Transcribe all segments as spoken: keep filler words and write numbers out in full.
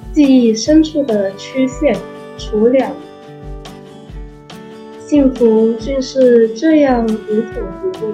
记忆深处的曲线除了。幸福竟是这样无孔不入。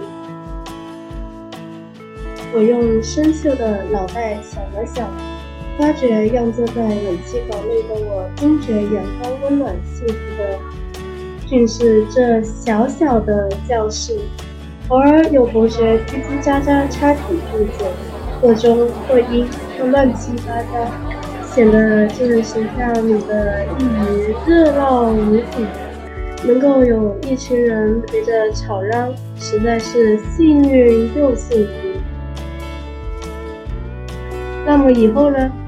我用生锈的脑袋想了想，发觉让坐在冷气房内的我惊觉阳光温暖幸福的，竟是这小小的教室。偶尔有同学叽叽喳喳插几句嘴，或中或一或乱七八糟，显得这个学校里的一隅热闹无比。能够有一群人陪着吵嚷，实在是幸运又幸福。那么以后呢？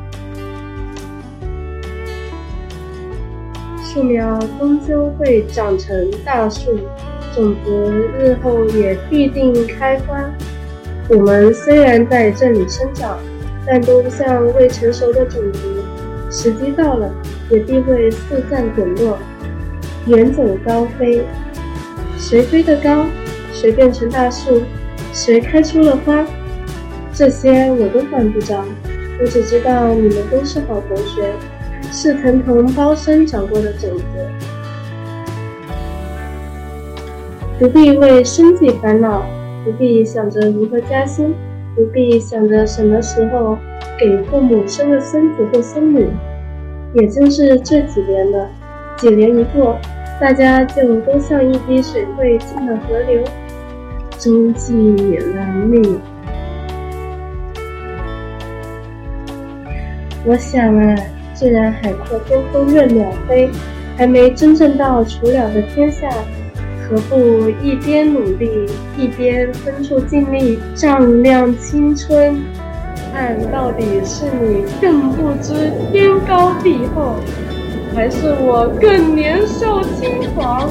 树苗终究会长成大树，种子日后也必定开花。我们虽然在这里生长，但都像未成熟的种子，时机到了，也必会四散滚落，远走高飞。谁飞得高，谁变成大树，谁开出了花，这些我都管不着。我只知道你们都是好同学，是藤藤胞生长过的种子，不必为生计烦恼，不必想着如何加薪，不必想着什么时候给父母生个孙子或孙女。也就是这几年了，几年一过，大家就都像一滴水会进了河流，终既难觅。我想啊，既然海阔天空任鸟飞，还没真正到雏鸟的天下，何不一边努力，一边分出精力，丈量青春？但到底是你更不知天高地厚，还是我更年少轻狂？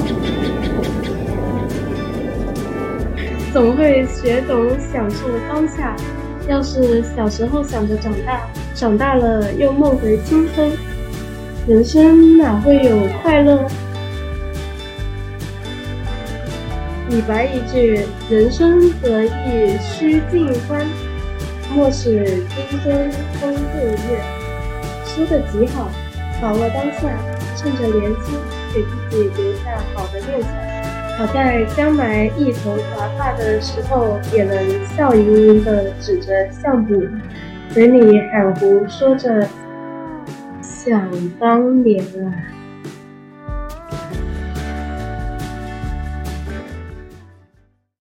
总会学懂享受当下。要是小时候想着长大，长大了又梦回青春，人生哪会有快乐？李白一句“人生得意须尽欢，莫使金樽空对月”，说得极好。把握当下，趁着年轻，给自己留下好的念想，好在将来一头华发的时候，也能笑盈盈地指着相簿，嘴里含糊说着想当年啊。